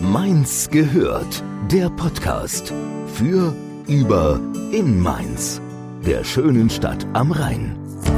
Mainz gehört, der Podcast für, über, in Mainz, der schönen Stadt am Rhein.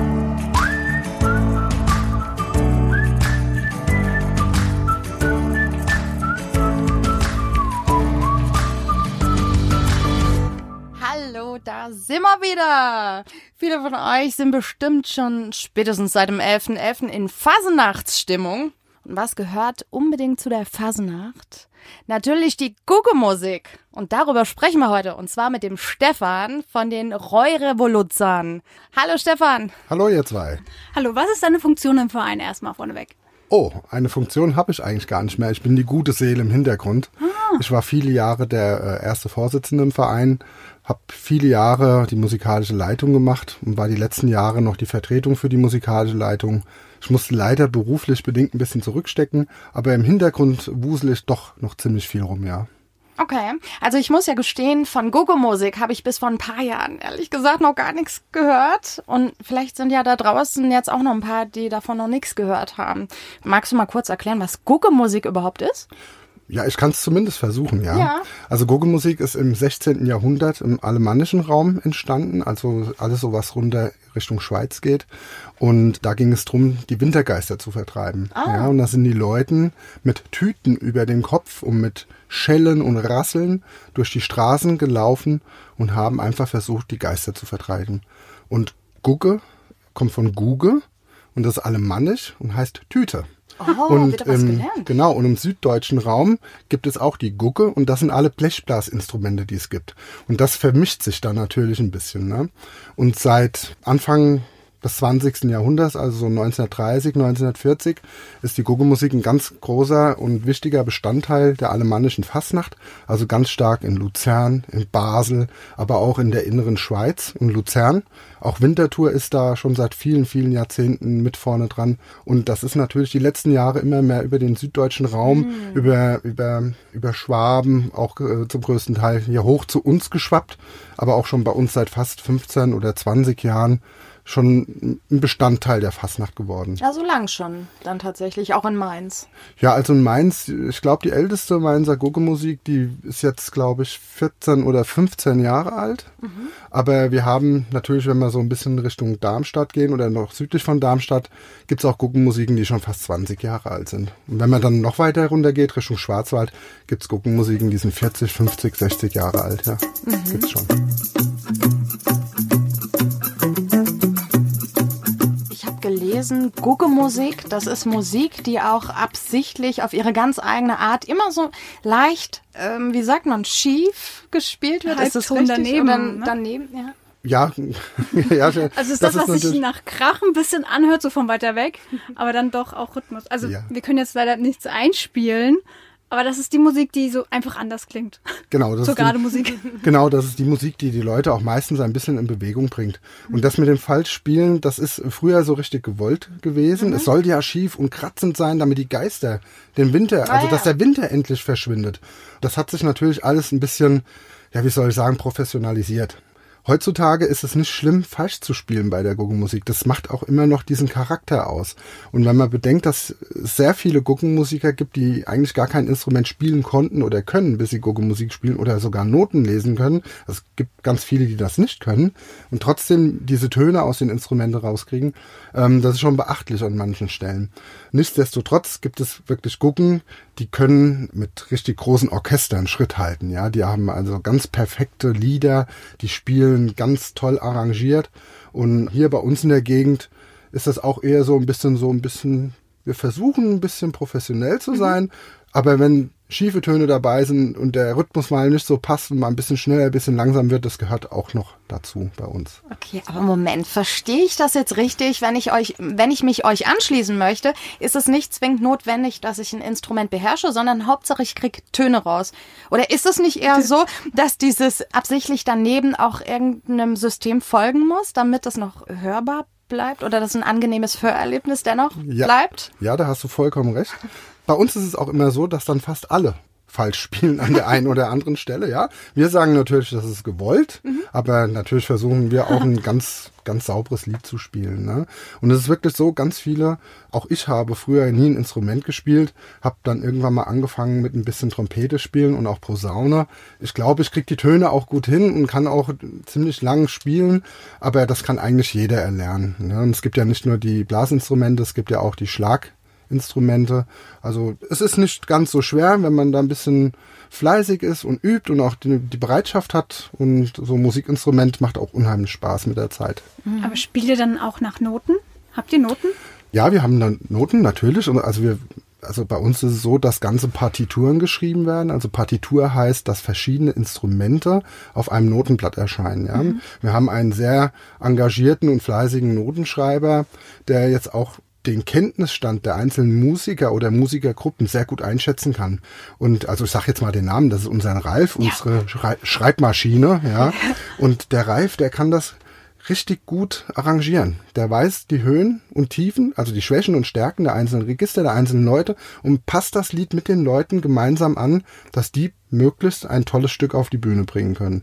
Hallo, da sind wir wieder. Viele von euch sind bestimmt schon spätestens seit dem 11.11. in Fasnachtsstimmung. Und was gehört unbedingt zu der Fasnacht? Natürlich die Guggemusik. Und darüber sprechen wir heute. Und zwar mit dem Stefan von den Roy-Revoluzern. Hallo Stefan. Hallo ihr zwei. Hallo, was ist deine Funktion im Verein erstmal vorneweg? Oh, eine Funktion habe ich eigentlich gar nicht mehr. Ich bin die gute Seele im Hintergrund. Ich war viele Jahre der erste Vorsitzende im Verein, habe viele Jahre die musikalische Leitung gemacht und war die letzten Jahre noch die Vertretung für die musikalische Leitung. Ich musste leider beruflich bedingt ein bisschen zurückstecken, aber im Hintergrund wusel ich doch noch ziemlich viel rum, ja. Okay, also ich muss ja gestehen, von Guggemusik habe ich bis vor ein paar Jahren ehrlich gesagt noch gar nichts gehört. Und vielleicht sind ja da draußen jetzt auch noch ein paar, die davon noch nichts gehört haben. Magst du mal kurz erklären, was Guggemusik überhaupt ist? Ja, ich kann es zumindest versuchen, ja. Ja. Also Guggemusik ist im 16. Jahrhundert im alemannischen Raum entstanden, also alles so, was runter Richtung Schweiz geht. Und da ging es drum, die Wintergeister zu vertreiben. Ja, und da sind die Leute mit Tüten über dem Kopf und mit Schellen und Rasseln durch die Straßen gelaufen und haben einfach versucht, die Geister zu vertreiben. Und Gugge kommt von Guge und das ist alemannisch und heißt Tüte. Oh, und wieder was gelernt. Genau, und im süddeutschen Raum gibt es auch die Gugge und das sind alle Blechblasinstrumente, die es gibt. Und das vermischt sich da natürlich ein bisschen, ne? Und seit Anfang des 20. Jahrhunderts, also so 1930, 1940, ist die Guggemusik ein ganz großer und wichtiger Bestandteil der alemannischen Fasnacht, also ganz stark in Luzern, in Basel, aber auch in der inneren Schweiz und Luzern. Auch Winterthur ist da schon seit vielen, vielen Jahrzehnten mit vorne dran. Und das ist natürlich die letzten Jahre immer mehr über den süddeutschen Raum, über Schwaben, auch zum größten Teil hier hoch zu uns geschwappt, aber auch schon bei uns seit fast 15 oder 20 Jahren schon ein Bestandteil der Fasnacht geworden. Ja, so lang schon, dann tatsächlich, auch in Mainz. Ja, also in Mainz, ich glaube, die älteste Mainzer Guggemusik, die ist jetzt, glaube ich, 14 oder 15 Jahre alt. Aber wir haben natürlich, wenn wir so ein bisschen Richtung Darmstadt gehen oder noch südlich von Darmstadt, gibt es auch Guggenmusiken, die schon fast 20 Jahre alt sind. Und wenn man dann noch weiter runter geht, Richtung Schwarzwald, gibt es Guggenmusiken, die sind 40, 50, 60 Jahre alt. Ja, gibt's schon. Gelesen, Guggemusik, das ist Musik, die auch absichtlich auf ihre ganz eigene Art immer so leicht, wie sagt man, schief gespielt wird. Ist das richtig? Daneben, oder ne? daneben, ja. Ja, ja, Also ist das was sich nach Krach ein bisschen anhört, so von weiter weg, aber dann doch auch Rhythmus. Also wir können jetzt leider nichts einspielen, aber das ist die Musik, die so einfach anders klingt. Genau, das so ist gerade Musik. Genau, das ist die Musik, die die Leute auch meistens ein bisschen in Bewegung bringt. Und das mit dem Falschspielen, das ist früher so richtig gewollt gewesen. Es sollte ja schief und kratzend sein, damit die Geister den Winter, dass der Winter endlich verschwindet. Das hat sich natürlich alles ein bisschen, ja, wie soll ich sagen, professionalisiert. Heutzutage ist es nicht schlimm, falsch zu spielen bei der Guggenmusik. Das macht auch immer noch diesen Charakter aus. Und wenn man bedenkt, dass es sehr viele Guggenmusiker gibt, die eigentlich gar kein Instrument spielen konnten oder können, bis sie Guggenmusik spielen oder sogar Noten lesen können. Es gibt ganz viele, die das nicht können und trotzdem diese Töne aus den Instrumenten rauskriegen. Das ist schon beachtlich an manchen Stellen. Nichtsdestotrotz gibt es wirklich Guggen, die können mit richtig großen Orchestern Schritt halten. Ja, die haben also ganz perfekte Lieder, die spielen ganz toll arrangiert. Und hier bei uns in der Gegend ist das auch eher so ein bisschen, wir versuchen ein bisschen professionell zu sein, aber wenn schiefe Töne dabei sind und der Rhythmus mal nicht so passt und mal ein bisschen schneller, ein bisschen langsam wird, das gehört auch noch dazu bei uns. Okay, aber Moment, verstehe ich das jetzt richtig? Wenn ich mich euch anschließen möchte, ist es nicht zwingend notwendig, dass ich ein Instrument beherrsche, sondern Hauptsache ich kriege Töne raus. Oder ist es nicht eher so, dass dieses absichtlich daneben auch irgendeinem System folgen muss, damit es noch hörbar bleibt oder dass ein angenehmes Hörerlebnis dennoch bleibt? Ja, da hast du vollkommen recht. Bei uns ist es auch immer so, dass dann fast alle falsch spielen an der einen oder anderen Stelle, ja. Wir sagen natürlich, das ist gewollt, aber natürlich versuchen wir auch ein ganz, ganz sauberes Lied zu spielen, ne? Und es ist wirklich so, ganz viele, auch ich habe früher nie ein Instrument gespielt, habe dann irgendwann mal angefangen mit ein bisschen Trompete spielen und auch Posaune. Ich glaube, ich kriege die Töne auch gut hin und kann auch ziemlich lang spielen, aber das kann eigentlich jeder erlernen, ne? Und es gibt ja nicht nur die Blasinstrumente, es gibt ja auch die Schlaginstrumente. Also es ist nicht ganz so schwer, wenn man da ein bisschen fleißig ist und übt und auch die Bereitschaft hat. Und so ein Musikinstrument macht auch unheimlich Spaß mit der Zeit. Aber spielt ihr dann auch nach Noten? Habt ihr Noten? Ja, wir haben dann Noten, natürlich. Also bei uns ist es so, dass ganze Partituren geschrieben werden. Also Partitur heißt, dass verschiedene Instrumente auf einem Notenblatt erscheinen. Ja? Wir haben einen sehr engagierten und fleißigen Notenschreiber, der jetzt auch den Kenntnisstand der einzelnen Musiker oder Musikergruppen sehr gut einschätzen kann. Und also ich sage jetzt mal den Namen, das ist unser Ralf, unsere Schreibmaschine. Ja. Und der Ralf, der kann das richtig gut arrangieren. Der weiß die Höhen und Tiefen, also die Schwächen und Stärken der einzelnen Register, der einzelnen Leute und passt das Lied mit den Leuten gemeinsam an, dass die möglichst ein tolles Stück auf die Bühne bringen können.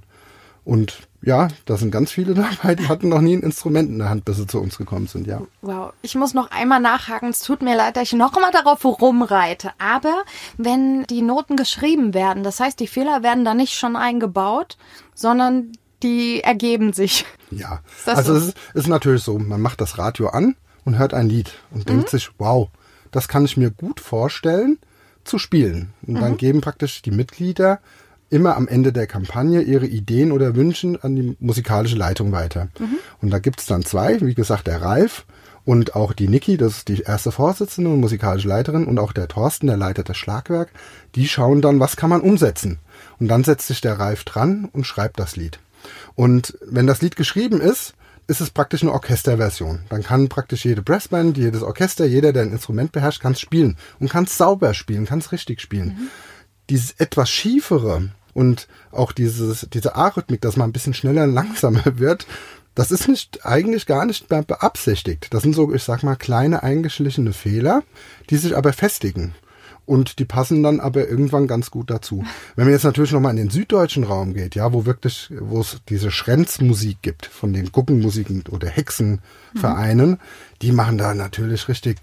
Und ja, da sind ganz viele dabei, die hatten noch nie ein Instrument in der Hand, bis sie zu uns gekommen sind, ja. Wow, ich muss noch einmal nachhaken. Es tut mir leid, dass ich noch einmal darauf rumreite. Aber wenn die Noten geschrieben werden, das heißt, die Fehler werden da nicht schon eingebaut, sondern die ergeben sich. Ja, also so? Es ist natürlich so, man macht das Radio an und hört ein Lied und denkt sich, wow, das kann ich mir gut vorstellen zu spielen. Und dann geben praktisch die Mitglieder immer am Ende der Kampagne ihre Ideen oder Wünsche an die musikalische Leitung weiter. Und da gibt's dann zwei, wie gesagt, der Ralf und auch die Niki, das ist die erste Vorsitzende und musikalische Leiterin, und auch der Thorsten, der leitet das Schlagwerk. Die schauen dann, was kann man umsetzen. Und dann setzt sich der Ralf dran und schreibt das Lied. Und wenn das Lied geschrieben ist, ist es praktisch eine Orchesterversion. Dann kann praktisch jede Brassband, jedes Orchester, jeder, der ein Instrument beherrscht, kann es spielen und kann es sauber spielen, kann es richtig spielen. Dieses etwas schiefere und auch diese Arrhythmik, dass man ein bisschen schneller und langsamer wird, das ist eigentlich gar nicht mehr beabsichtigt. Das sind so, ich sag mal, kleine eingeschlichene Fehler, die sich aber festigen. Und die passen dann aber irgendwann ganz gut dazu. Wenn man jetzt natürlich nochmal in den süddeutschen Raum geht, ja, wo es diese Schrenzmusik gibt, von den Guggenmusiken oder Hexenvereinen, die machen da natürlich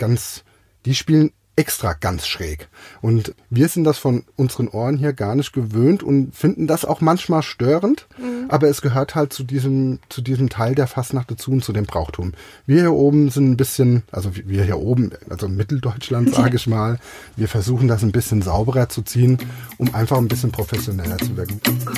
die spielen extra ganz schräg. Und wir sind das von unseren Ohren hier gar nicht gewöhnt und finden das auch manchmal störend, aber es gehört halt zu diesem Teil der Fastnacht dazu und zu dem Brauchtum. Wir hier oben sind ein bisschen, also in Mitteldeutschland, sage ich mal, wir versuchen das ein bisschen sauberer zu ziehen, um einfach ein bisschen professioneller zu wirken.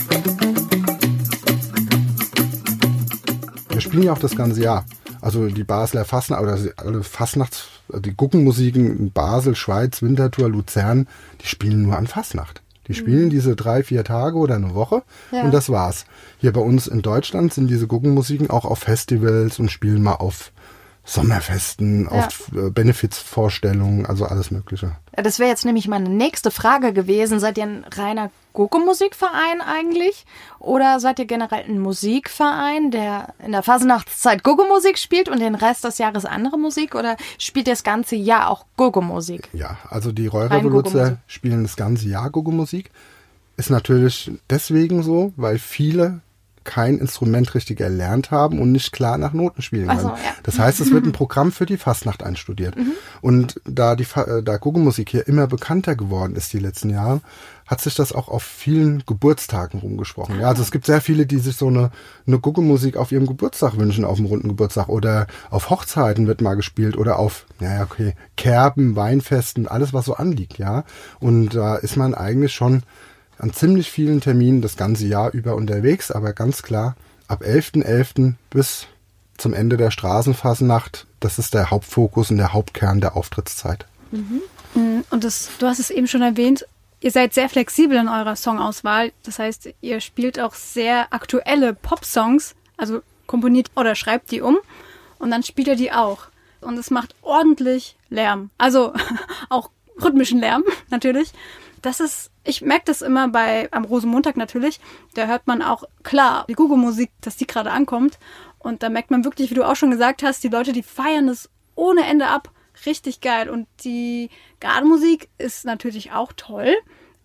Wir spielen ja auch das ganze Jahr. Also die Basler Fastnacht oder alle die Guggenmusiken in Basel, Schweiz, Winterthur, Luzern, die spielen nur an Fastnacht. Die spielen diese 3-4 Tage oder eine Woche und das war's. Hier bei uns in Deutschland sind diese Guggenmusiken auch auf Festivals und spielen mal auf Sommerfesten, auf Benefizvorstellungen, also alles Mögliche. Ja, das wäre jetzt nämlich meine nächste Frage gewesen. Seid ihr ein reiner Guggenmusikverein eigentlich? Oder seid ihr generell ein Musikverein, der in der Fasnachtszeit Guggenmusik spielt und den Rest des Jahres andere Musik? Oder spielt ihr das ganze Jahr auch Guggenmusik? Ja, also die Rollrevoluzzer spielen das ganze Jahr Guggenmusik. Ist natürlich deswegen so, weil viele kein Instrument richtig erlernt haben und nicht klar nach Noten spielen können. Das heißt, es wird ein Programm für die Fastnacht einstudiert. Und da Guggenmusik hier immer bekannter geworden ist die letzten Jahre, hat sich das auch auf vielen Geburtstagen rumgesprochen. Ja, also es gibt sehr viele, die sich so eine Guggenmusik auf ihrem Geburtstag wünschen, auf dem runden Geburtstag, oder auf Hochzeiten wird mal gespielt oder auf, Kerben, Weinfesten, alles was so anliegt, ja. Und da ist man eigentlich schon an ziemlich vielen Terminen das ganze Jahr über unterwegs, aber ganz klar, ab 11.11. bis zum Ende der Straßenfasnacht, das ist der Hauptfokus und der Hauptkern der Auftrittszeit. Und du hast es eben schon erwähnt, ihr seid sehr flexibel in eurer Songauswahl. Das heißt, ihr spielt auch sehr aktuelle Pop-Songs, also komponiert oder schreibt die um und dann spielt ihr die auch. Und es macht ordentlich Lärm, also auch rhythmischen Lärm natürlich. Ich merke das immer am Rosenmontag natürlich, da hört man auch klar die Guggenmusik, dass die gerade ankommt. Und da merkt man wirklich, wie du auch schon gesagt hast, die Leute, die feiern es ohne Ende ab. Richtig geil. Und die Gardenmusik ist natürlich auch toll,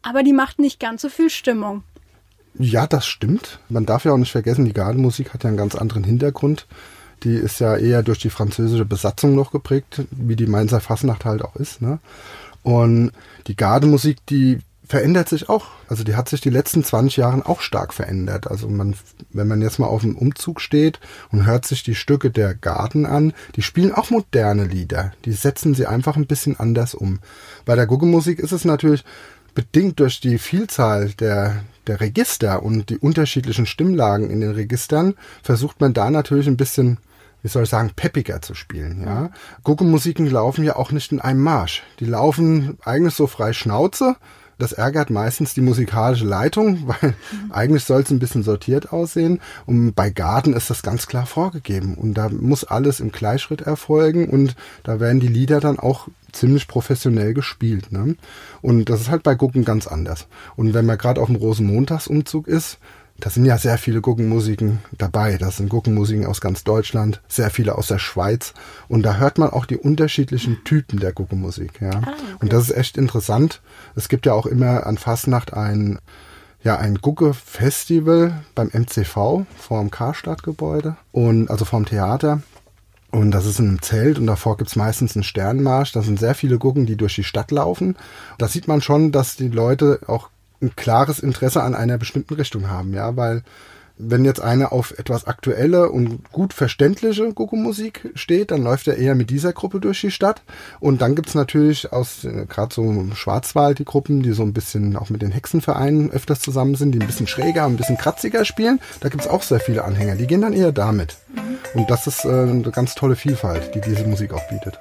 aber die macht nicht ganz so viel Stimmung. Ja, das stimmt. Man darf ja auch nicht vergessen, die Gardemusik hat ja einen ganz anderen Hintergrund. Die ist ja eher durch die französische Besatzung noch geprägt, wie die Mainzer Fasnacht halt auch ist, ne? Und die Gardemusik, die verändert sich auch. Also die hat sich die letzten 20 Jahre auch stark verändert. Also wenn man jetzt mal auf dem Umzug steht und hört sich die Stücke der Garden an, die spielen auch moderne Lieder. Die setzen sie einfach ein bisschen anders um. Bei der Guggemusik ist es natürlich bedingt durch die Vielzahl der Register und die unterschiedlichen Stimmlagen in den Registern, versucht man da natürlich ein bisschen, wie soll ich sagen, peppiger zu spielen. Ja? Guggemusiken laufen ja auch nicht in einem Marsch. Die laufen eigentlich so frei Schnauze. Das ärgert meistens die musikalische Leitung, weil eigentlich soll es ein bisschen sortiert aussehen. Und bei Garden ist das ganz klar vorgegeben. Und da muss alles im Gleichschritt erfolgen. Und da werden die Lieder dann auch ziemlich professionell gespielt. Ne? Und das ist halt bei Guggen ganz anders. Und wenn man gerade auf dem Rosenmontagsumzug ist, da sind ja sehr viele Guggenmusiken dabei. Das sind Guggenmusiken aus ganz Deutschland, sehr viele aus der Schweiz. Und da hört man auch die unterschiedlichen Typen der Guggenmusik. Ja. Okay. Und das ist echt interessant. Es gibt ja auch immer an Fasnacht ein Gugge-Festival beim MCV vor dem Karstadtgebäude und also vorm Theater. Und das ist in einem Zelt und davor gibt's meistens einen Sternmarsch. Da sind sehr viele Guggen, die durch die Stadt laufen. Da sieht man schon, dass die Leute auch ein klares Interesse an einer bestimmten Richtung haben, ja, weil wenn jetzt einer auf etwas aktuelle und gut verständliche Guggemusik steht, dann läuft er eher mit dieser Gruppe durch die Stadt. Und dann gibt's natürlich aus gerade so im Schwarzwald die Gruppen, die so ein bisschen auch mit den Hexenvereinen öfters zusammen sind, die ein bisschen schräger, ein bisschen kratziger spielen. Da gibt's auch sehr viele Anhänger, die gehen dann eher damit. Und das ist eine ganz tolle Vielfalt, die diese Musik auch bietet.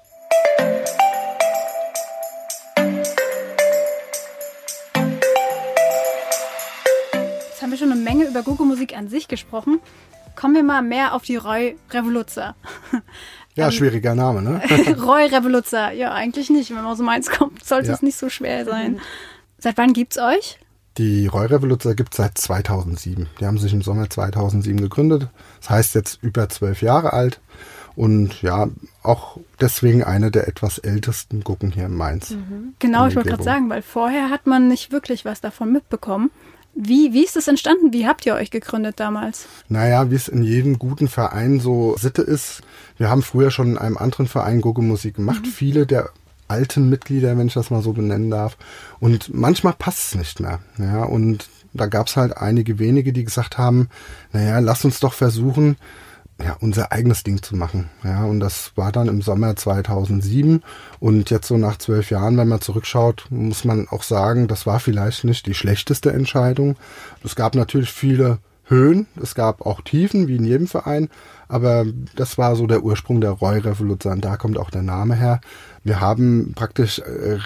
Haben wir schon eine Menge über Guggemusik an sich gesprochen. Kommen wir mal mehr auf die Roy Revoluzzer. Ja, schwieriger Name, ne? Roy Revoluzzer. Ja, eigentlich nicht. Wenn man aus Mainz kommt, sollte es nicht so schwer sein. Seit wann gibt's euch? Die Roy Revoluzzer gibt's seit 2007. Die haben sich im Sommer 2007 gegründet. Das heißt jetzt über 12 Jahre alt. Und ja, auch deswegen eine der etwas ältesten Guggen hier in Mainz. Genau, ich wollte gerade sagen, weil vorher hat man nicht wirklich was davon mitbekommen. Wie ist das entstanden? Wie habt ihr euch gegründet damals? Naja, wie es in jedem guten Verein so Sitte ist. Wir haben früher schon in einem anderen Verein Guggemusik gemacht. Viele der alten Mitglieder, wenn ich das mal so benennen darf. Und manchmal passt es nicht mehr. Ja, und da gab es halt einige wenige, die gesagt haben, naja, lass uns doch versuchen, ja, unser eigenes Ding zu machen. Ja, und das war dann im Sommer 2007. Und jetzt so nach 12 Jahren, wenn man zurückschaut, muss man auch sagen, das war vielleicht nicht die schlechteste Entscheidung. Es gab natürlich viele Höhen, es gab auch Tiefen, wie in jedem Verein. Aber das war so der Ursprung der Roy Revoluzzer. Und da kommt auch der Name her. Wir haben praktisch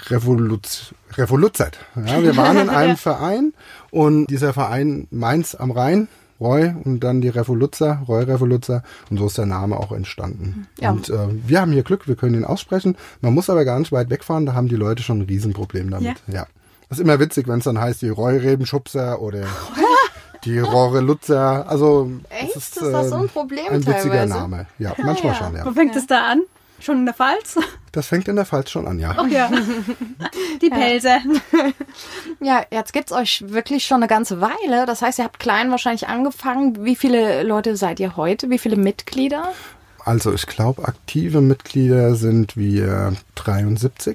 revoluzert. Ja, wir waren in einem Verein und dieser Verein Mainz am Rhein, Roy und dann die Revoluzzer, Roy Revoluzzer, und so ist der Name auch entstanden. Ja. Und wir haben hier Glück, wir können ihn aussprechen. Man muss aber gar nicht weit wegfahren, da haben die Leute schon ein Riesenproblem damit. Ja. Das ist immer witzig, wenn es dann heißt, die Roy Rebenschubser oder die Rorelutzer. Also echt? Ist das so ein Problem ein witziger teilweise? Name. Ja, manchmal schon, ja. Wo fängt es da an? Schon in der Pfalz? Das fängt in der Pfalz schon an, ja. Ach ja. Die Pelze. Ja, jetzt gibt's euch wirklich schon eine ganze Weile. Das heißt, ihr habt klein wahrscheinlich angefangen. Wie viele Leute seid ihr heute? Wie viele Mitglieder? Also ich glaube, aktive Mitglieder sind wir 73.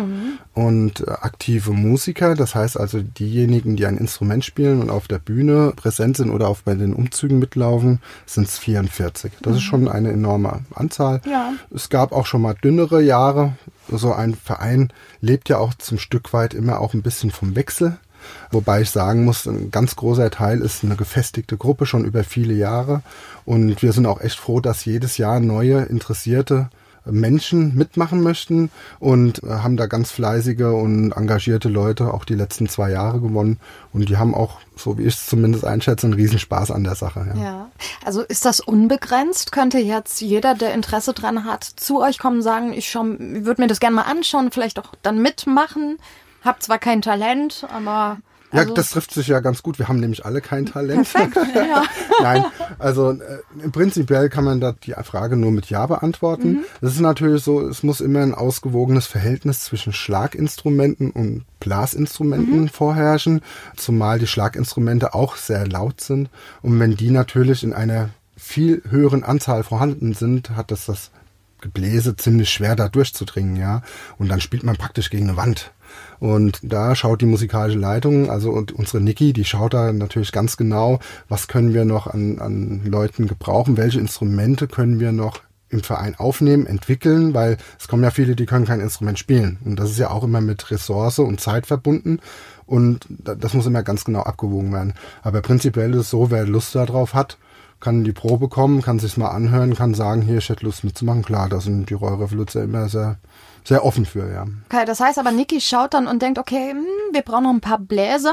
Und aktive Musiker, das heißt also diejenigen, die ein Instrument spielen und auf der Bühne präsent sind oder auch bei den Umzügen mitlaufen, sind es 44. Das ist schon eine enorme Anzahl. Ja. Es gab auch schon mal dünnere Jahre. So ein Verein lebt ja auch zum Stück weit immer auch ein bisschen vom Wechsel. Wobei ich sagen muss, ein ganz großer Teil ist eine gefestigte Gruppe schon über viele Jahre. Und wir sind auch echt froh, dass jedes Jahr neue Interessierte Menschen mitmachen möchten und haben da ganz fleißige und engagierte Leute auch die letzten 2 Jahre gewonnen. Und die haben auch, so wie ich es zumindest einschätze, einen Riesenspaß an der Sache. Ja. Also ist das unbegrenzt? Könnte jetzt jeder, der Interesse dran hat, zu euch kommen und sagen, ich würde mir das gerne mal anschauen, vielleicht auch dann mitmachen? Hab zwar kein Talent, aber Ja, Also- das trifft sich ja ganz gut. Wir haben nämlich alle kein Talent. Ja. Nein, also prinzipiell kann man da die Frage nur mit Ja beantworten. Es ist natürlich so, es muss immer ein ausgewogenes Verhältnis zwischen Schlaginstrumenten und Blasinstrumenten vorherrschen, zumal die Schlaginstrumente auch sehr laut sind. Und wenn die natürlich in einer viel höheren Anzahl vorhanden sind, hat das Gebläse ziemlich schwer da durchzudringen, ja. Und dann spielt man praktisch gegen eine Wand. Und da schaut die musikalische Leitung, also und unsere Niki, die schaut da natürlich ganz genau, was können wir noch an Leuten gebrauchen, welche Instrumente können wir noch im Verein aufnehmen, entwickeln, weil es kommen ja viele, die können kein Instrument spielen. Und das ist ja auch immer mit Ressource und Zeit verbunden. Und das muss immer ganz genau abgewogen werden. Aber prinzipiell ist es so, wer Lust darauf hat, kann die Probe kommen, kann sich's mal anhören, kann sagen, hier, ich hätte Lust mitzumachen. Klar, da sind die Rollrevoluzer immer sehr, sehr offen für, ja. Okay, das heißt aber, Niki schaut dann und denkt, okay, wir brauchen noch ein paar Bläser.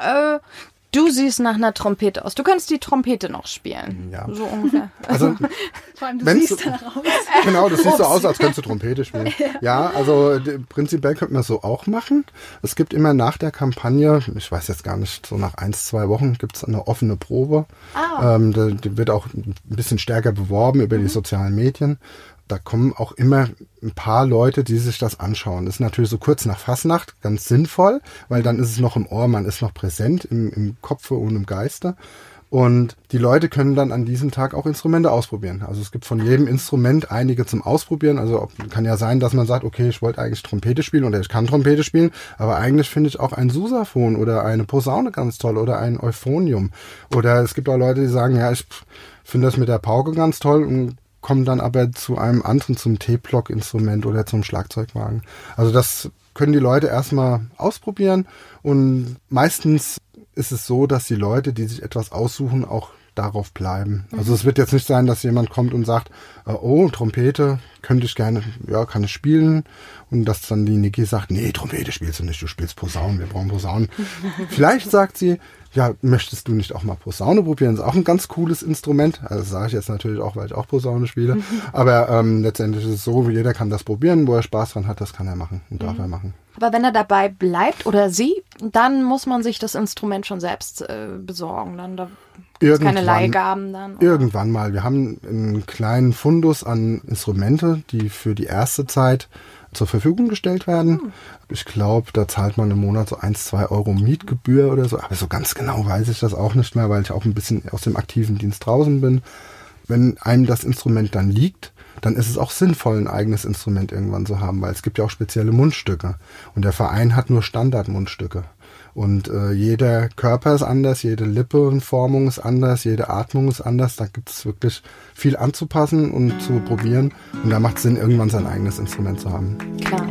Du siehst nach einer Trompete aus. Du könntest die Trompete noch spielen. Ja. So ungefähr. Also, Vor allem, du Wenn's siehst so- danach aus. genau, das sieht so aus, als könntest du Trompete spielen. Ja, also prinzipiell könnte man es so auch machen. Es gibt immer nach der Kampagne, ich weiß jetzt gar nicht, so nach 1-2 Wochen gibt es eine offene Probe. Die wird auch ein bisschen stärker beworben über die sozialen Medien. Da kommen auch immer ein paar Leute, die sich das anschauen. Das ist natürlich so kurz nach Fasnacht ganz sinnvoll, weil dann ist es noch im Ohr, man ist noch präsent im Kopfe und im Geiste. Und die Leute können dann an diesem Tag auch Instrumente ausprobieren. Also es gibt von jedem Instrument einige zum Ausprobieren. Also kann ja sein, dass man sagt, okay, ich wollte eigentlich Trompete spielen oder ich kann Trompete spielen, aber eigentlich finde ich auch ein Sousaphon oder eine Posaune ganz toll oder ein Euphonium. Oder es gibt auch Leute, die sagen, ja, ich finde das mit der Pauke ganz toll und kommen dann aber zu einem anderen, zum T-Block-Instrument oder zum Schlagzeugwagen. Also das können die Leute erstmal ausprobieren und meistens ist es so, dass die Leute, die sich etwas aussuchen, auch darauf bleiben. Also es wird jetzt nicht sein, dass jemand kommt und sagt, oh, Trompete könnte ich gerne, ja, kann ich spielen. Und dass dann die Niki sagt, nee, Trompete spielst du nicht, du spielst Posaunen, wir brauchen Posaunen. Vielleicht sagt sie, ja, möchtest du nicht auch mal Posaune probieren? Das ist auch ein ganz cooles Instrument. Also das sage ich jetzt natürlich auch, weil ich auch Posaune spiele. Aber letztendlich ist es so, jeder kann das probieren, wo er Spaß dran hat, das kann er machen und darf er machen. Aber wenn er dabei bleibt oder sie, dann muss man sich das Instrument schon selbst besorgen. Dann da gibt's keine Leihgaben dann. Oder? Irgendwann mal. Wir haben einen kleinen Fundus an Instrumente, die für die erste Zeit zur Verfügung gestellt werden. Ich glaube, da zahlt man im Monat so 1-2 Euro Mietgebühr oder so. Aber so ganz genau weiß ich das auch nicht mehr, weil ich auch ein bisschen aus dem aktiven Dienst draußen bin. Wenn einem das Instrument dann liegt, dann ist es auch sinnvoll, ein eigenes Instrument irgendwann zu haben, weil es gibt ja auch spezielle Mundstücke. Und der Verein hat nur Standardmundstücke. Und jeder Körper ist anders, jede Lippenformung ist anders, jede Atmung ist anders. Da gibt es wirklich viel anzupassen und zu probieren. Und da macht es Sinn, irgendwann sein eigenes Instrument zu haben. Klar.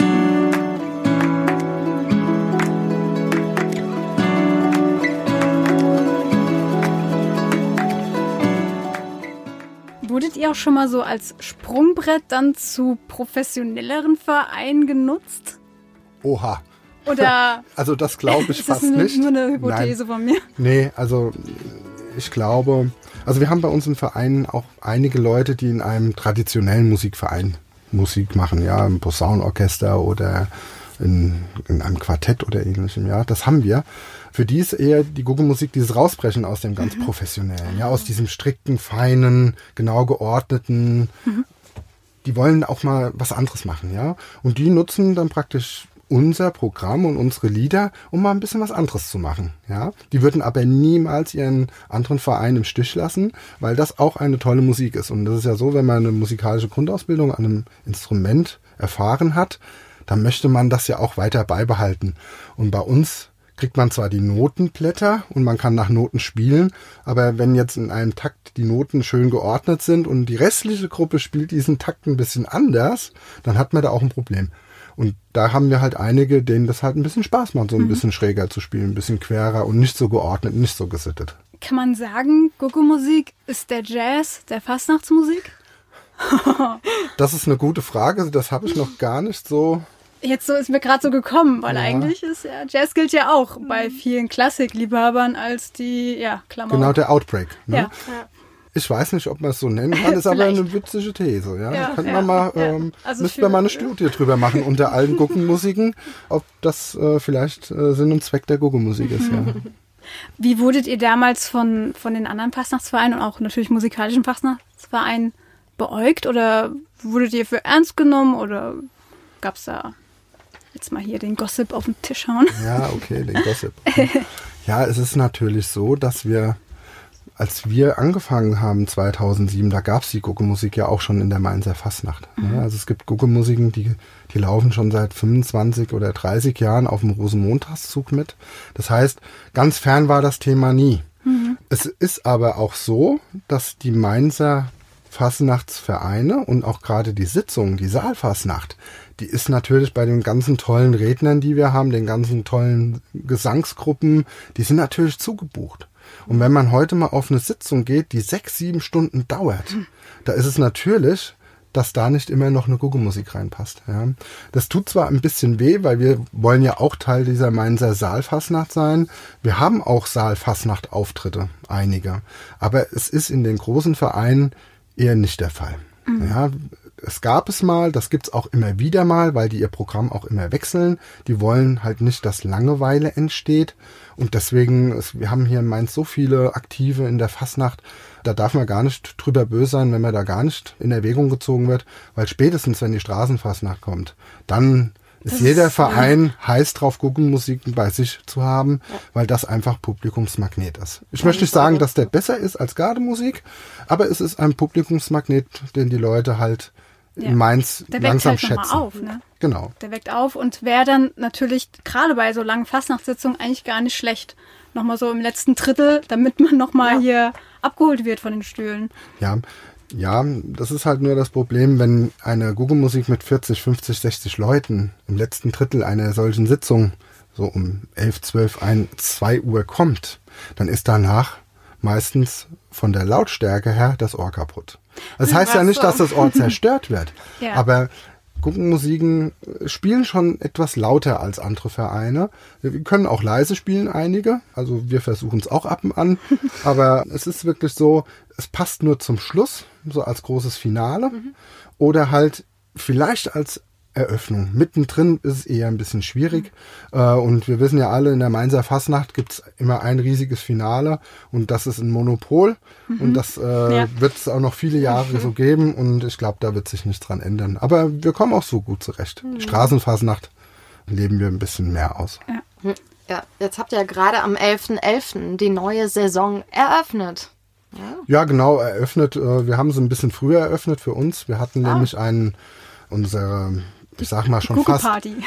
Wurdet ihr auch schon mal so als Sprungbrett dann zu professionelleren Vereinen genutzt? Oha. Oder Also das glaube ich ist das fast nicht. nur eine Hypothese von mir? Nee, also ich glaube, also wir haben bei uns im Verein auch einige Leute, die in einem traditionellen Musikverein Musik machen, ja, im Posaunenorchester oder in einem Quartett oder ähnlichem, ja, das haben wir. Für die ist eher die Guggenmusik dieses Rausbrechen aus dem ganz Professionellen, ja, aus diesem strikten, feinen, genau geordneten. Die wollen auch mal was anderes machen, ja. Und die nutzen dann praktisch unser Programm und unsere Lieder, um mal ein bisschen was anderes zu machen, ja. Die würden aber niemals ihren anderen Verein im Stich lassen, weil das auch eine tolle Musik ist. Und das ist ja so, wenn man eine musikalische Grundausbildung an einem Instrument erfahren hat, dann möchte man das ja auch weiter beibehalten. Und bei uns kriegt man zwar die Notenblätter und man kann nach Noten spielen, aber wenn jetzt in einem Takt die Noten schön geordnet sind und die restliche Gruppe spielt diesen Takt ein bisschen anders, dann hat man da auch ein Problem. Und da haben wir halt einige, denen das halt ein bisschen Spaß macht, so ein bisschen schräger zu spielen, ein bisschen querer und nicht so geordnet, nicht so gesittet. Kann man sagen, Guggenmusik ist der Jazz der Fastnachtsmusik? Das ist eine gute Frage, das habe ich noch gar nicht so. Jetzt so ist mir gerade so gekommen, weil Ja. eigentlich ist ja Jazz gilt ja auch bei vielen Klassikliebhabern als die, ja, Klammer. Genau, der Outbreak. Ne? Ja. Ich weiß nicht, ob man es so nennen kann, ist aber eine witzige These. Ja? Könnte man mal, Also müsste man mal eine Studie drüber machen unter allen Guggenmusiken, ob das vielleicht Sinn und Zweck der Guggenmusik ist. Ja. Wie wurdet ihr damals von den anderen Fastnachtsvereinen und auch natürlich musikalischen Fastnachtsvereinen beäugt? Oder wurdet ihr für ernst genommen? Oder gab es da jetzt mal hier den Gossip auf den Tisch hauen? Ja, okay, den Gossip. Ja, es ist natürlich so, dass als wir angefangen haben 2007, da gab es die Guggenmusik ja auch schon in der Mainzer Fastnacht. Ne? Also es gibt Guggenmusiken, die laufen schon seit 25 oder 30 Jahren auf dem Rosenmontagszug mit. Das heißt, ganz fern war das Thema nie. Es ist aber auch so, dass die Mainzer Fastnachtsvereine und auch gerade die Sitzung, die Saalfastnacht, die ist natürlich bei den ganzen tollen Rednern, die wir haben, den ganzen tollen Gesangsgruppen, die sind natürlich zugebucht. Und wenn man heute mal auf eine Sitzung geht, die 6-7 Stunden dauert, da ist es natürlich, dass da nicht immer noch eine Guggenmusik reinpasst. Ja. Das tut zwar ein bisschen weh, weil wir wollen ja auch Teil dieser Mainzer Saalfastnacht sein. Wir haben auch Saalfastnacht-Auftritte, einige. Aber es ist in den großen Vereinen eher nicht der Fall. Ja, es gab es mal, das gibt's auch immer wieder mal, weil die ihr Programm auch immer wechseln. Die wollen halt nicht, dass Langeweile entsteht. Und deswegen, wir haben hier in Mainz so viele Aktive in der Fastnacht, da darf man gar nicht drüber böse sein, wenn man da gar nicht in Erwägung gezogen wird, weil spätestens, wenn die Straßenfastnacht kommt, dann ist jeder Verein heiß drauf, Guggenmusiken bei sich zu haben, weil das einfach Publikumsmagnet ist. Ich möchte nicht sagen, dass der besser ist als Gardemusik, aber es ist ein Publikumsmagnet, den die Leute halt in Mainz langsam schätzen. Der weckt halt nochmal auf, ne? Genau. Der weckt auf und wäre dann natürlich gerade bei so langen Fastnachtssitzungen eigentlich gar nicht schlecht. Nochmal so im letzten Drittel, damit man nochmal hier abgeholt wird von den Stühlen. Ja, das ist halt nur das Problem, wenn eine Guggenmusik mit 40, 50, 60 Leuten im letzten Drittel einer solchen Sitzung so um 11, 12, 1, 2 Uhr kommt, dann ist danach meistens von der Lautstärke her das Ohr kaputt. Das heißt ja nicht, dass das Ohr zerstört wird, aber Guggenmusiken spielen schon etwas lauter als andere Vereine. Wir können auch leise spielen, einige. Also wir versuchen es auch ab und an. Aber es ist wirklich so, es passt nur zum Schluss, so als großes Finale. Oder halt vielleicht als Eröffnung. Mittendrin ist es eher ein bisschen schwierig. Und wir wissen ja alle, in der Mainzer Fastnacht gibt es immer ein riesiges Finale. Und das ist ein Monopol. Und das wird es auch noch viele Jahre so geben. Und ich glaube, da wird sich nichts dran ändern. Aber wir kommen auch so gut zurecht. Die Straßenfastnacht leben wir ein bisschen mehr aus. Ja, jetzt habt ihr ja gerade am 11.11. die neue Saison eröffnet. Ja, genau, eröffnet. Wir haben sie ein bisschen früher eröffnet für uns. Wir hatten nämlich unsere, ich sag mal schon fast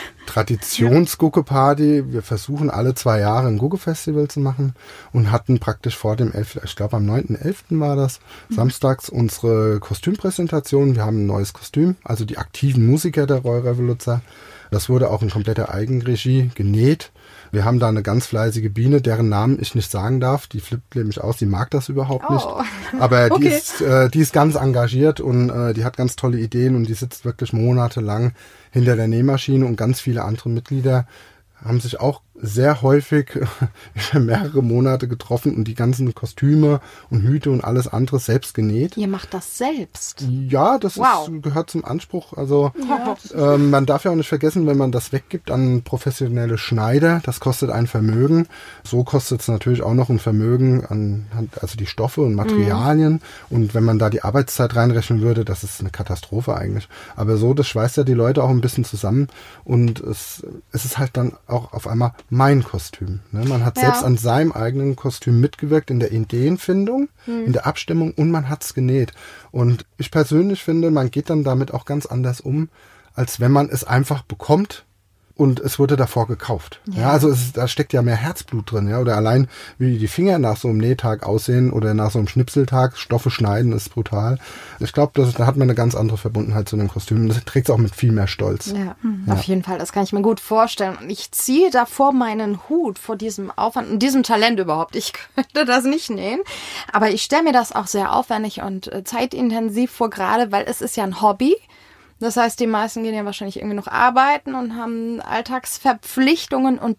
Traditions-Gugge-Party. Wir versuchen alle 2 Jahre ein Gugge-Festival zu machen und hatten praktisch vor dem 11., ich glaube am 9.11. war das, samstags unsere Kostümpräsentation. Wir haben ein neues Kostüm, also die aktiven Musiker der Roy-Revoluzzer. Das wurde auch in kompletter Eigenregie genäht. Wir haben da eine ganz fleißige Biene, deren Namen ich nicht sagen darf. Die flippt nämlich aus, die mag das überhaupt nicht. Aber die ist ganz engagiert und die hat ganz tolle Ideen und die sitzt wirklich monatelang hinter der Nähmaschine und ganz viele andere Mitglieder haben sich auch sehr häufig über mehrere Monate getroffen und die ganzen Kostüme und Hüte und alles andere selbst genäht. Ihr macht das selbst? Ja, das gehört zum Anspruch. Also man darf ja auch nicht vergessen, wenn man das weggibt an professionelle Schneider, das kostet ein Vermögen. So kostet es natürlich auch noch ein Vermögen also die Stoffe und Materialien. Und wenn man da die Arbeitszeit reinrechnen würde, das ist eine Katastrophe eigentlich. Aber so, das schweißt ja die Leute auch ein bisschen zusammen und es ist halt dann auch auf einmal mein Kostüm. Ne? Man hat selbst an seinem eigenen Kostüm mitgewirkt in der Ideenfindung, in der Abstimmung und man hat's genäht. Und ich persönlich finde, man geht dann damit auch ganz anders um, als wenn man es einfach bekommt und es wurde davor gekauft. Ja, also da steckt ja mehr Herzblut drin. Ja? Oder allein, wie die Finger nach so einem Nähtag aussehen oder nach so einem Schnipseltag, Stoffe schneiden, ist brutal. Ich glaube, da hat man eine ganz andere Verbundenheit zu dem Kostüm. Das trägt es auch mit viel mehr Stolz. Ja, auf jeden Fall. Das kann ich mir gut vorstellen. Und ich ziehe davor meinen Hut vor diesem Aufwand und diesem Talent überhaupt. Ich könnte das nicht nähen. Aber ich stelle mir das auch sehr aufwendig und zeitintensiv vor, gerade weil es ist ja ein Hobby. Das heißt, die meisten gehen ja wahrscheinlich irgendwie noch arbeiten und haben Alltagsverpflichtungen und da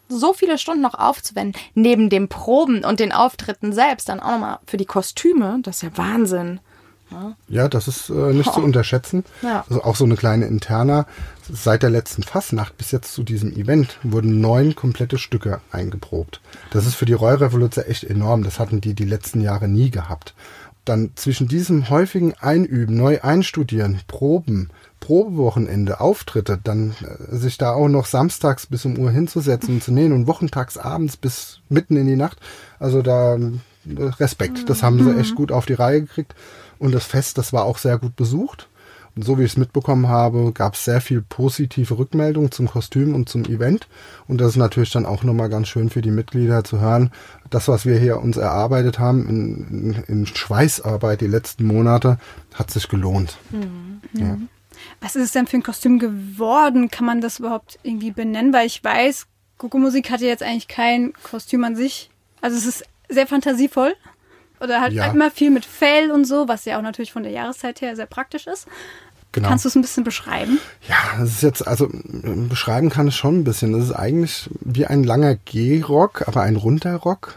so viele Stunden noch aufzuwenden, neben dem Proben und den Auftritten selbst, dann auch nochmal für die Kostüme, das ist ja Wahnsinn. Ja, das ist nicht zu unterschätzen. Ja. Also auch so eine kleine Interna. Seit der letzten Fastnacht bis jetzt zu diesem Event wurden 9 komplette Stücke eingeprobt. Das ist für die Roy-Revoluzer echt enorm. Das hatten die letzten Jahre nie gehabt. Dann zwischen diesem häufigen Einüben, neu einstudieren, Proben, Probewochenende, Auftritte, dann sich da auch noch samstags bis um Uhr hinzusetzen und zu nähen und wochentags abends bis mitten in die Nacht. Also da Respekt, das haben sie echt gut auf die Reihe gekriegt. Und das Fest, das war auch sehr gut besucht. Und so wie ich es mitbekommen habe, gab es sehr viel positive Rückmeldungen zum Kostüm und zum Event. Und das ist natürlich dann auch nochmal ganz schön für die Mitglieder zu hören. Das, was wir hier uns erarbeitet haben in Schweißarbeit die letzten Monate, hat sich gelohnt. Ja. Was ist es denn für ein Kostüm geworden? Kann man das überhaupt irgendwie benennen? Weil ich weiß, Gogo-Musik hat ja jetzt eigentlich kein Kostüm an sich. Also es ist sehr fantasievoll. Oder halt immer viel mit Fell und so, was ja auch natürlich von der Jahreszeit her sehr praktisch ist. Genau. Kannst du es ein bisschen beschreiben? Ja, das ist jetzt, also beschreiben kann es schon ein bisschen. Das ist eigentlich wie ein langer Gehrock, aber ein runter Rock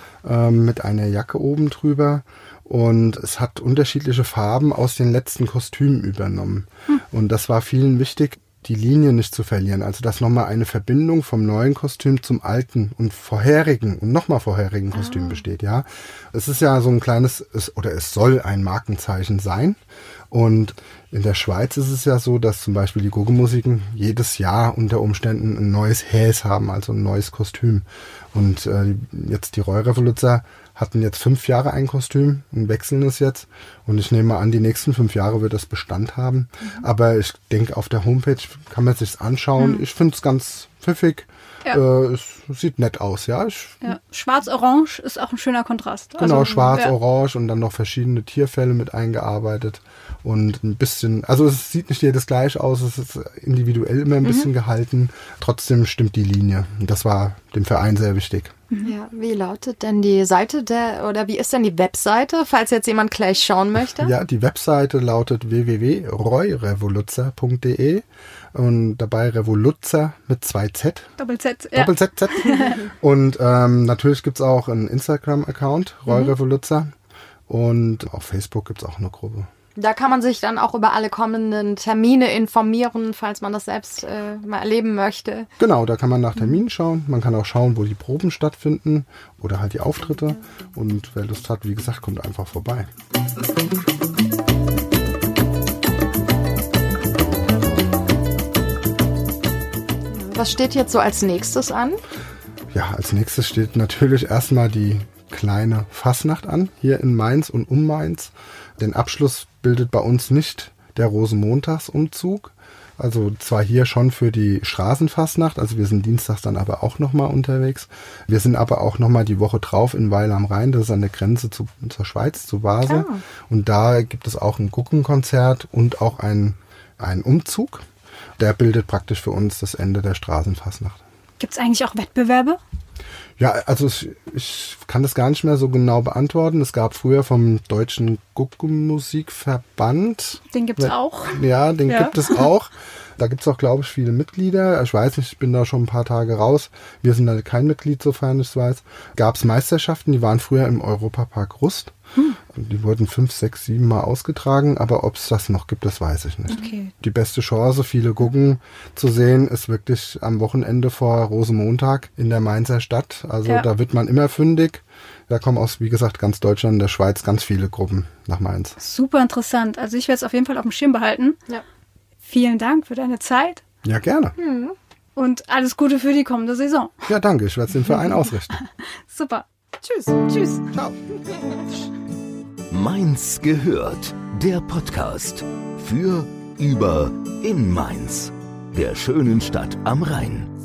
mit einer Jacke oben drüber. Und es hat unterschiedliche Farben aus den letzten Kostümen übernommen. Und das war vielen wichtig, die Linie nicht zu verlieren. Also dass nochmal eine Verbindung vom neuen Kostüm zum alten und vorherigen und nochmal vorherigen Kostüm besteht. Ja, es ist ja so ein kleines, es soll ein Markenzeichen sein. Und in der Schweiz ist es ja so, dass zum Beispiel die Gogo-Musiken jedes Jahr unter Umständen ein neues Häs haben, also ein neues Kostüm. Und jetzt die Roy-Revoluzer hatten jetzt 5 Jahre ein Kostüm und wechseln es jetzt. Und ich nehme an, die nächsten 5 Jahre wird das Bestand haben. Aber ich denke, auf der Homepage kann man es sich anschauen. Ich finde es ganz pfiffig. Ja. Es sieht nett aus, ja. Schwarz-Orange ist auch ein schöner Kontrast. Genau, also, Schwarz-Orange und dann noch verschiedene Tierfelle mit eingearbeitet. Und ein bisschen, also es sieht nicht jedes gleich aus, es ist individuell immer ein bisschen gehalten. Trotzdem stimmt die Linie. Und das war dem Verein sehr wichtig. Ja, wie lautet denn die Seite oder wie ist denn die Webseite, falls jetzt jemand gleich schauen möchte? Ja, die Webseite lautet www.royrevoluzer.de und dabei Revoluzer mit 2 Z. Doppel-Z. Doppel-Z. Und natürlich gibt's auch einen Instagram-Account, Roy-Revoluzer. Und auf Facebook gibt's auch eine Gruppe. Da kann man sich dann auch über alle kommenden Termine informieren, falls man das selbst mal erleben möchte. Genau, da kann man nach Terminen schauen. Man kann auch schauen, wo die Proben stattfinden oder halt die Auftritte. Und wer Lust hat, wie gesagt, kommt einfach vorbei. Was steht jetzt so als nächstes an? Ja, als nächstes steht natürlich erstmal die kleine Fasnacht an, hier in Mainz und um Mainz. Den Abschluss bildet bei uns nicht der Rosenmontagsumzug. Also zwar hier schon für die Straßenfastnacht, also wir sind dienstags dann aber auch nochmal unterwegs. Wir sind aber auch nochmal die Woche drauf in Weil am Rhein, das ist an der Grenze zur Schweiz, zu Basel. Oh. Und da gibt es auch ein Guggenkonzert und auch einen Umzug. Der bildet praktisch für uns das Ende der Straßenfastnacht. Gibt es eigentlich auch Wettbewerbe? Ja, also ich kann das gar nicht mehr so genau beantworten. Es gab früher vom Deutschen Guggenmusikverband. Den gibt's auch. Ja, den gibt es auch. Da gibt's auch, glaube ich, viele Mitglieder. Ich weiß nicht, ich bin da schon ein paar Tage raus. Wir sind da kein Mitglied, sofern ich es weiß. Gab's Meisterschaften, die waren früher im Europapark Rust. Die wurden 5, 6, 7 Mal ausgetragen, aber ob es das noch gibt, das weiß ich nicht. Okay. Die beste Chance, viele Guggen zu sehen, ist wirklich am Wochenende vor Rosenmontag in der Mainzer Stadt. Also da wird man immer fündig. Da kommen aus, wie gesagt, ganz Deutschland, der Schweiz, ganz viele Gruppen nach Mainz. Super interessant. Also ich werde es auf jeden Fall auf dem Schirm behalten. Ja. Vielen Dank für deine Zeit. Ja, gerne. Und alles Gute für die kommende Saison. Ja, danke. Ich werde es den Verein ausrichten. Super. Tschüss. Tschüss. Ciao. Mainz gehört. Der Podcast für, über, in Mainz. Der schönen Stadt am Rhein.